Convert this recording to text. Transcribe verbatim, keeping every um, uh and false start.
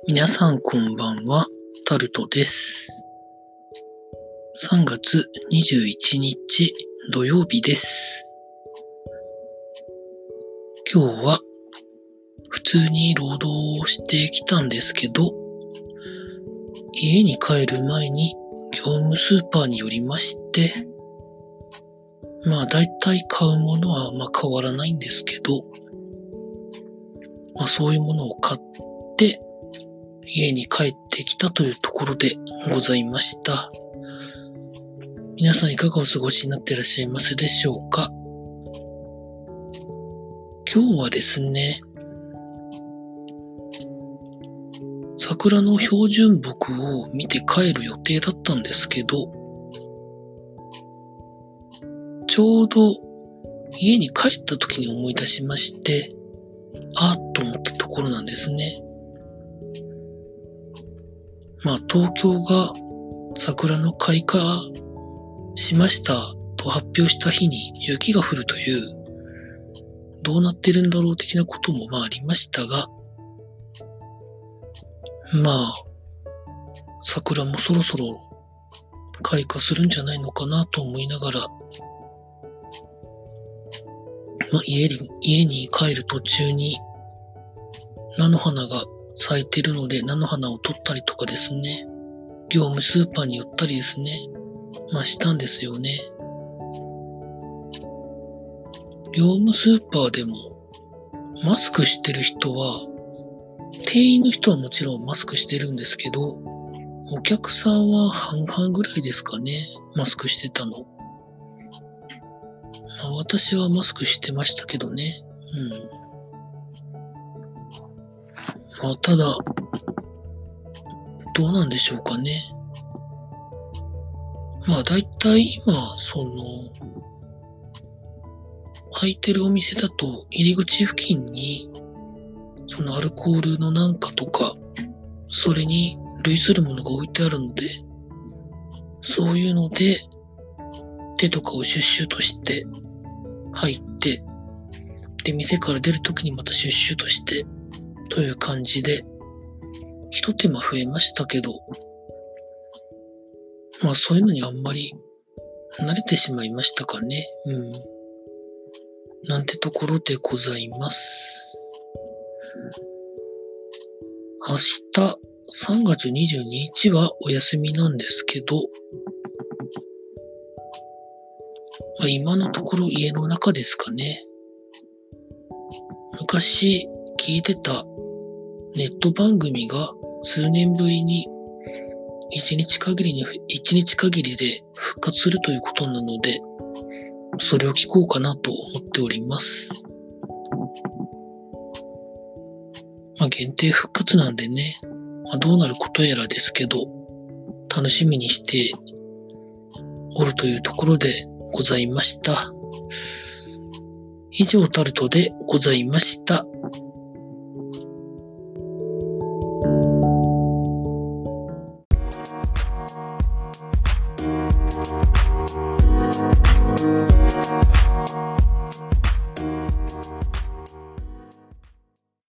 皆さんこんばんは、タルトです。さんがつにじゅういちにち土曜日です。今日は普通に労働をしてきたんですけど、家に帰る前に業務スーパーに寄りまして、まあだいたい買うものはまあ変わらないんですけど、まあそういうものを買って家に帰ってきたというところでございました。皆さんいかがお過ごしになっていらっしゃいますでしょうか。今日はですね、桜の標準木を見て帰る予定だったんですけど、ちょうど家に帰った時に思い出しまして、あっと思ったところなんですね。まあ東京が桜の開花しましたと発表した日に雪が降るという、どうなってるんだろう的なこともまあありましたが、まあ桜もそろそろ開花するんじゃないのかなと思いながら、まあ、家に、家に帰る途中に菜の花が咲いてるので菜の花を取ったりとかですね、業務スーパーに寄ったりですね、まあしたんですよね。業務スーパーでもマスクしてる人は、店員の人はもちろんマスクしてるんですけど、お客さんは半々ぐらいですかね、マスクしてたの。まあ、私はマスクしてましたけどね。うん。まあ、ただ、どうなんでしょうかね。まあ、だいたい今、その、空いてるお店だと入り口付近に、そのアルコールのなんかとか、それに類するものが置いてあるので、そういうので、手とかをシュッシュとして入って、で、店から出るときにまたシュッシュとして、という感じで、一手間増えましたけど、まあそういうのにあんまり慣れてしまいましたかね。うん。なんてところでございます。明日、さんがつにじゅうににちはお休みなんですけど、まあ、今のところ家の中ですかね。昔聞いてたネット番組が数年ぶりに一日限りに、一日限りで復活するということなので、それを聞こうかなと思っております。まあ限定復活なんでね、まあ、どうなることやらですけど、楽しみにしておるというところでございました。以上タルトでございました。